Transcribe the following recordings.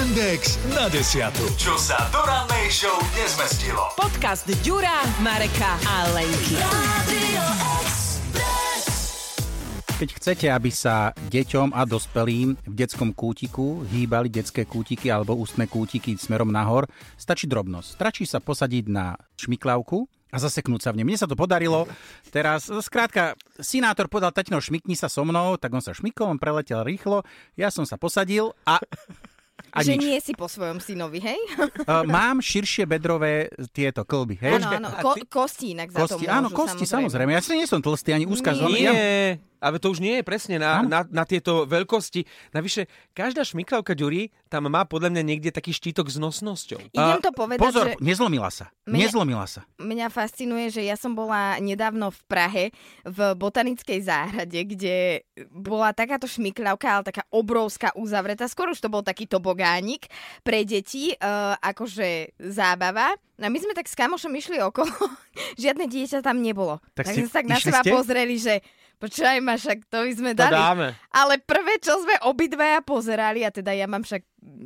Index na 10. Čo sa do rannej show nezmestilo. Podcast Ďura, Mareka a Lenky. Keď chcete, aby sa deťom a dospelým v detskom kútiku hýbali detské kútiky alebo ústne kútiky smerom nahor, stačí drobnosť. Stačí sa posadiť na šmikľavku a zaseknúť sa v nej. Mne sa to podarilo. Teraz, skrátka, synátor povedal: tatino, šmikni sa so mnou, tak on sa šmykol, on preletel rýchlo, ja som sa posadil a že nič. nie si po svojom synovi, hej? Mám širšie bedrové tieto klby, hej? Áno, kosti inak za to môžu. Áno, kosti, samozrejme. Ja si nie som tlstý, ani úzka zóna. Nie, ale to už nie je presne na tieto veľkosti. Navyše, každá šmyklavka Ďuri tam má podľa mňa niekde taký štítok s nosnosťou. Idem to povedať, pozor, že... nezlomila sa. Mňa fascinuje, že ja som bola nedávno v Prahe v botanickej záhrade, kde bola takáto šmykľavka, ale taká obrovská uzavretá. Skoro už to bol taký tobogánik pre deti, akože zábava. No my sme tak s kamošom išli okolo, žiadne dieťa tam nebolo. Tak sme sa tak na seba pozreli, že počkaj ma, však to by sme dali. Dáme. Ale prvé, čo sme obidvaja pozerali, a teda ja mám však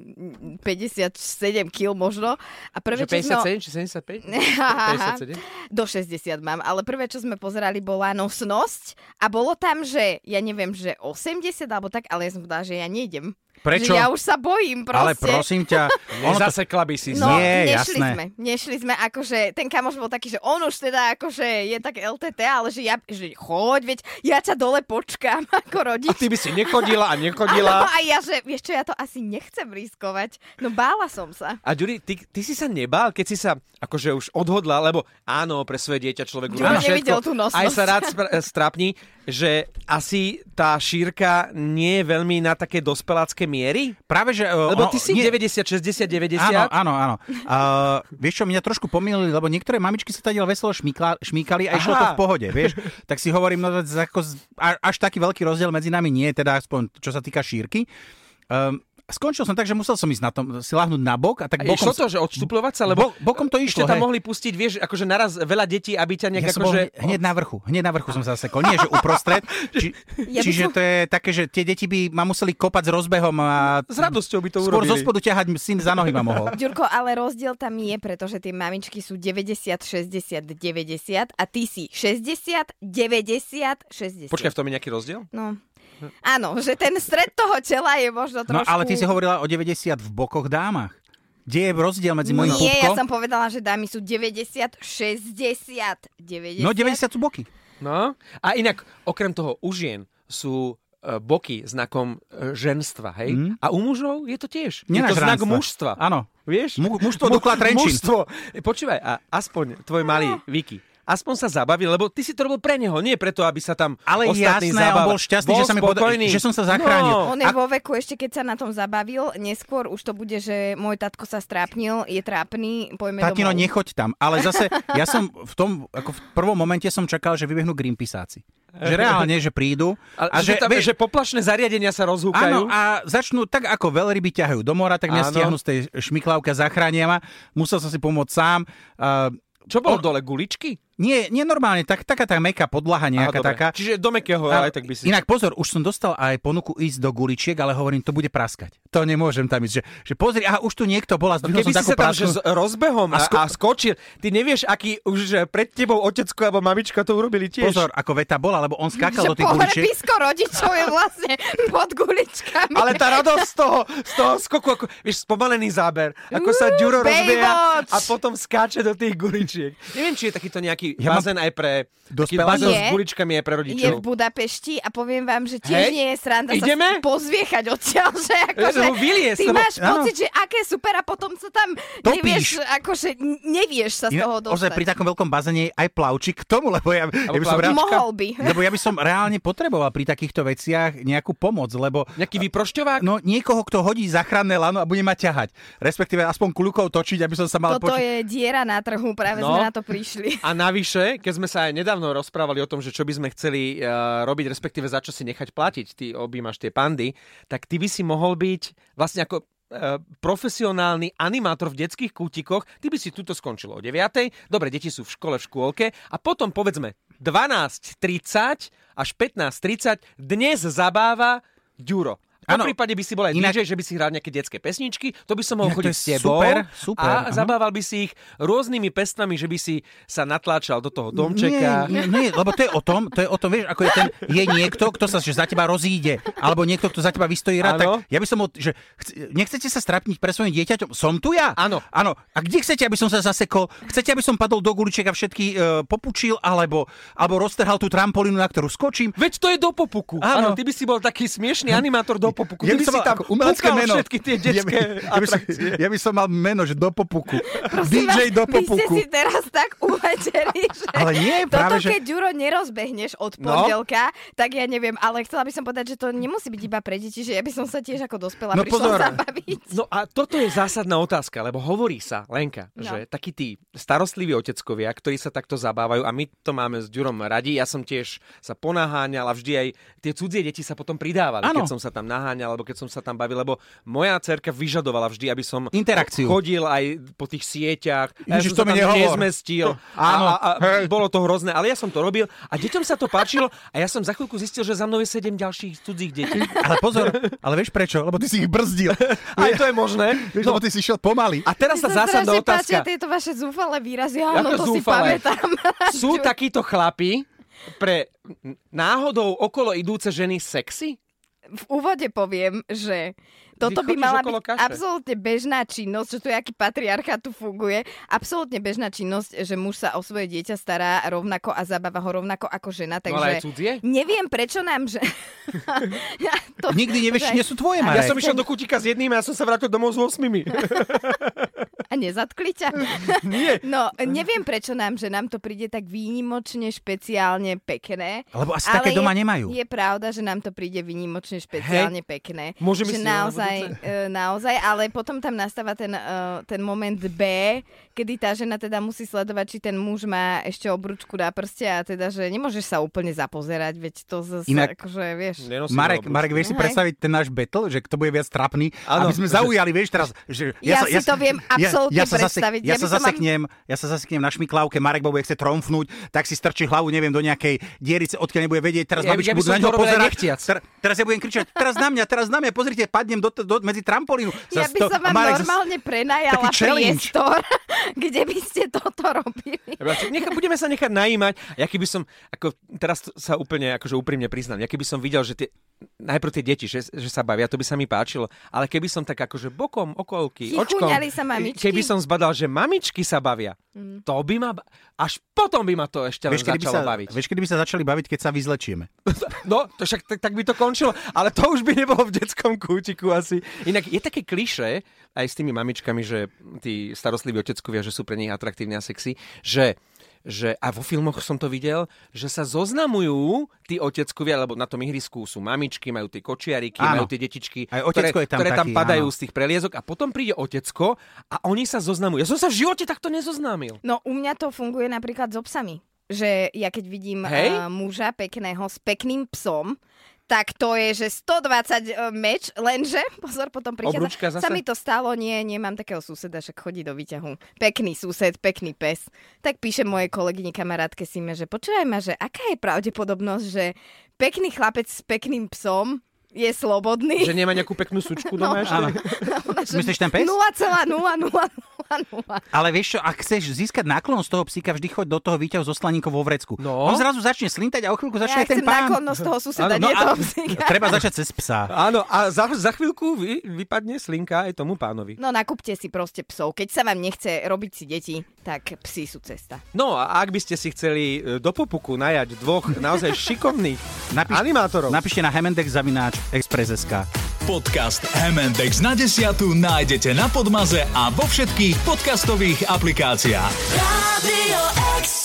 57 kg možno. A prvé, že 57 či 75? 57? Do 60 mám, ale prvé, čo sme pozerali, bola nosnosť a bolo tam, že ja neviem, že 80 alebo tak, ale ja som povedala, že ja nejdem. Prečo? Že ja už sa bojím proste. Ale prosím ťa. Nezasekla by si. No, Nie, nešli sme, akože ten kamoš bol taký, že on už teda akože je tak LTT, ale že ja, že choď, veď ja ťa dole počkám ako rodič. A ty by si nechodila. A ja, že vieš čo, ja to asi nechcem riskovať. No bála som sa. A Ďuri, ty si sa nebál, keď si sa akože už odhodla, lebo áno, pre svoje dieťa človek Ďuro nevidel tú nosnosť. aj sa rád strápni, že asi tá šírka nie je veľmi na také dospelácké miery? Práve, že... Lebo ty si 90, 60, 90? Áno. Vieš čo, mňa trošku pomýlili, lebo niektoré mamičky sa tadiaľ veselo šmíkali a išlo to v pohode, vieš. Tak si hovorím, no až taký veľký rozdiel medzi nami nie je, teda aspoň čo sa týka šírky. Skončil som tak, že musel som ísť na tom, si láhnuť na bok a tak bokom... Išlo to, že odštupľovať sa? Lebo bokom to išlo, ešte tam mohli pustiť, vieš, akože naraz veľa detí, aby ťa nejak akože... Hneď na vrchu som sa zasekol, nie že uprostred. Čiže to je také, že tie deti by ma museli kopať s rozbehom a... S radosťou by to skôr urobili. Skôr zo spodu ťahať syn za nohy ma mohol. Ďurko, ale rozdiel tam je, pretože tie mamičky sú 90, 60, 90 a ty si 60, 90, 60. Počkaj, v tom je nejaký rozdiel? No... Áno, že ten stred toho tela je možno trošku... No ale ty si hovorila o 90 v bokoch dámach. Kde je rozdiel medzi mojím pupkom? Nie, ja som povedala, že dámy sú 90, 60, 90. No 90 sú boky. No a inak, okrem toho, u žien sú boky znakom ženstva, hej? A u mužov je to tiež. Je to znak mužstva. Áno. Vieš? Mužstvo Dukla Trenčín. Mužstvo. Počúvaj, a aspoň tvoj malý Vicky aspoň sa zabavil, lebo ty si to robil pre neho, nie preto, aby sa tam ale ostatní jasné, zabavili. On bol šťastný, že sa mi povedal, že som sa zachránil. No. On je vo veku ešte, keď sa na tom zabavil, neskôr už to bude, že môj tatko sa strápnil, je trápny, pojme domov. Tatino, nechoď tam. Ale zase, ja som v tom, ako v prvom momente som čakal, že vybehnú greenpeaceáci. Že reálne, že prídu. A že poplašné zariadenia sa rozhúkajú. Áno, a začnú tak, ako veľryby ťahajú do mora, tak mňa stiahnu z tej šmyklavky a zachránia ma. Musel som si pomôcť sám. Čo bolo dole, guličky? Nie normálne, taká tá mäkká podlaha nejaká taká. Čiže do mäkkého aj tak by si... Inak pozor, už som dostal aj ponuku ísť do guličiek, ale hovorím, to bude praskať. To nemôžem tam ísť. Že pozri, aha, už tu niekto bol a zdvihol som takú prasku. Keby si sa tam s rozbehom a skočil, ty nevieš, aký už pred tebou otecko alebo mamička to urobili tiež. Pozor, ako veta bola, lebo on skákal do tých guličiek. Pohrebisko rodičov je vlastne pod guličkami. Ale tá radosť z toho skoku, ako, vieš, spomalený záber, ako sa Ďuro rozbieha a potom skáče do tých guličiek. Neviem, či je takýto nejaký bazén aj pre bazén s guličkami aj pre rodičov. Je v Budapešti a poviem vám, že tiež nie je sranda sa pozviechať odtiaľ, že akože ty máš pocit, že aké super a potom sa tam nevieš, akože nevieš sa z toho dostať. Ozaj, pri takom veľkom bazéne aj plavčík k tomu, lebo ja by som mohol by. Lebo ja by som reálne potreboval pri takýchto veciach nejakú pomoc, lebo... Nejaký vyprošťovák? No niekoho, kto hodí záchranné lano a bude ma ťahať. Respektíve aspoň kuľukou točiť, aby som sa mal... Toto je diera na trhu, práve sme na to prišli. A navyše, keď sme sa aj nedávno rozprávali o tom, že čo by sme chceli robiť, respektíve za čo si nechať platiť, ty objímaš tie pandy, tak ty by si mohol byť vlastne ako profesionálny animátor v detských kútikoch, ty by si tuto skončil o 9:00, dobre, deti sú v škôlke a potom povedzme 12:30 až 15:30 dnes zabáva Ďuro. V prípade by si bol aj DJ, že by si hral nejaké detské pesničky, to by som mohol chodiť s tebou super, a zabával by si ich rôznymi pestvami, že by si sa natláčal do toho domčeka. Nie, lebo to je o tom, vieš, ako je niekto, kto sa že za teba rozíde, alebo niekto, kto za teba vystojí rád, tak ja by som že nechcete sa strapniť pre svojim dieťaťom? Som tu ja? Áno. A kde chcete, aby som sa zasekol? Chcete, aby som padol do guličiek a všetky popučil, alebo roztrhal tú trampolínu, na ktorú skočím? Veď to je do popuku. Áno, ty by si bol taký smiešný animátor do popuku. Ja by som mal umelecké meno. Všetky tie detské atrakcie. Ja by som mal meno, že do popuku. Prosím DJ do popuku. Vy ste si teraz tak uleteli, že ale nie, práve, toto keď, Ďuro, nerozbehneš od pondelka, tak ja neviem, ale chcela by som povedať, že to nemusí byť iba pre deti, že ja by som sa tiež ako dospelá prišla zabaviť. No a toto je zásadná otázka, lebo hovorí sa, Lenka, že takí tí starostliví oteckovia, ktorí sa takto zabávajú a my to máme s Ďurom radi, ja som tiež sa ponaháňal a vždy aj tie cudzie deti sa potom pridávali, keď som sa tam naháňal, alebo keď som sa tam bavil, lebo moja dcerka vyžadovala vždy, aby som interakciu chodil aj po tých sieťach. Ježiš, ja som to mi tam nehovor. nezmestil. A bolo to hrozné, ale ja som to robil a deťom sa to páčilo a ja som za chvíľku zistil, že za mnou je 7 ďalších cudzích detí. Ale pozor, ale vieš prečo? Lebo ty si ich brzdil. Aj to je možné. Lebo ty si šiel pomaly. A teraz tá zásadná otázka. Páčia tieto vaše zúfalé výrazy, áno, to zúfalé? si pamätám. Sú takíto chlapi pre náhodou okolo idúce ženy sexy? V úvode poviem, že toto by mala byť absolútne bežná činnosť, že tu je aký patriarchát tu funguje, absolútne bežná činnosť, že muž sa o svoje dieťa stará rovnako a zabáva ho rovnako ako žena, takže ale aj cudzie? Neviem prečo nám, že... Nikdy nevieš, nie sú tvoje, Marek. Ja som išiel do kútika s jedným a ja som sa vrátil domov s 8. A nezatkli ťa? Nie. No, neviem prečo nám, že nám to príde tak výnimočne, špeciálne pekné. Lebo asi také doma nemajú. Je pravda, že nám to príde výnimočne, špeciálne pekné. Môžeme že si naozaj, ale potom tam nastáva ten moment B, kedy tá žena teda musí sledovať, či ten muž má ešte obručku na prste a teda, že nemôžeš sa úplne zapozerať, veď to zase inak, akože, vieš. Marek, vieš si predstaviť ten náš battle, že kto bude viac trapný, aby sme zaujali, vieš teraz, že ja si to viem absolútne predstaviť. Ja sa zaseknem na šmiklavke, Marek bude chce tromfnúť, tak si strčí hlavu, neviem, do nejakej dierice, odkiaľ nebude vedieť, teraz babičky budú na ňo pozerať. Teraz ja budem kričať, teraz na mňa, pozrite, padnem medzi trampolínu. Ja by som vám normálne prenajala priestor, kde by ste toto robili. Budeme sa nechať najímať. Ja keby som, ako teraz sa úplne akože úprimne priznám, ja keby som videl, že najprv tie deti, že sa bavia, to by sa mi páčilo, ale keby som tak akože bokom, okolky, očkom, sa mamičky. Keby som zbadal, že mamičky sa bavia, to by ma, až potom by ma to ešte len začalo baviť. Vieš, kedy by sa začali baviť, keď sa vyzlečieme? No, to však tak by to končilo, ale to už by nebolo v detskom kútiku asi. Inak je také klišé, aj s tými mamičkami, že tí starostliví oteckovia, že sú pre nich atraktívne a sexy, že a vo filmoch som to videl, že sa zoznamujú tí oteckovia, lebo na tom ihrisku sú mamičky, majú tie kočiariky, majú tie detičky, ktoré tam padajú z tých preliezok a potom príde otecko a oni sa zoznamujú. Ja som sa v živote takto nezoznámil. No u mňa to funguje napríklad s psami. Že ja keď vidím muža pekného s pekným psom, tak to je, že 120 meč, lenže, pozor, potom prichádza. Sa mi to stalo, nemám takého suseda, však chodí do výťahu. Pekný sused, pekný pes. Tak píšem mojej kolegyni, kamarátke Sime, že počúvaj ma, že aká je pravdepodobnosť, že pekný chlapec s pekným psom je slobodný. Že nemá nejakú peknú sučku doma ešte? Myslíš ten pes? 0,000. Ale vieš čo, ak chceš získať náklon z toho psíka, vždy choď do toho výťahu so slaninkou vo vrecku. No. On zrazu začne slintať a o chvíľku začne ten pán. Ja chcem náklonnosť toho suseda, nie toho psíka. Treba začať cez psa. Áno, a za chvíľku vypadne slinka aj tomu pánovi. No nakúpte si proste psov. Keď sa vám nechce robiť si deti, tak psi sú cesta. No a ak by ste si chceli do popuku najať dvoch naozaj šikovných animátorov. Napíšte na hemendex@express.sk. Podcast Hemendex na 10 nájdete na Podmaze a vo všetkých podcastových aplikáciách. Radio X.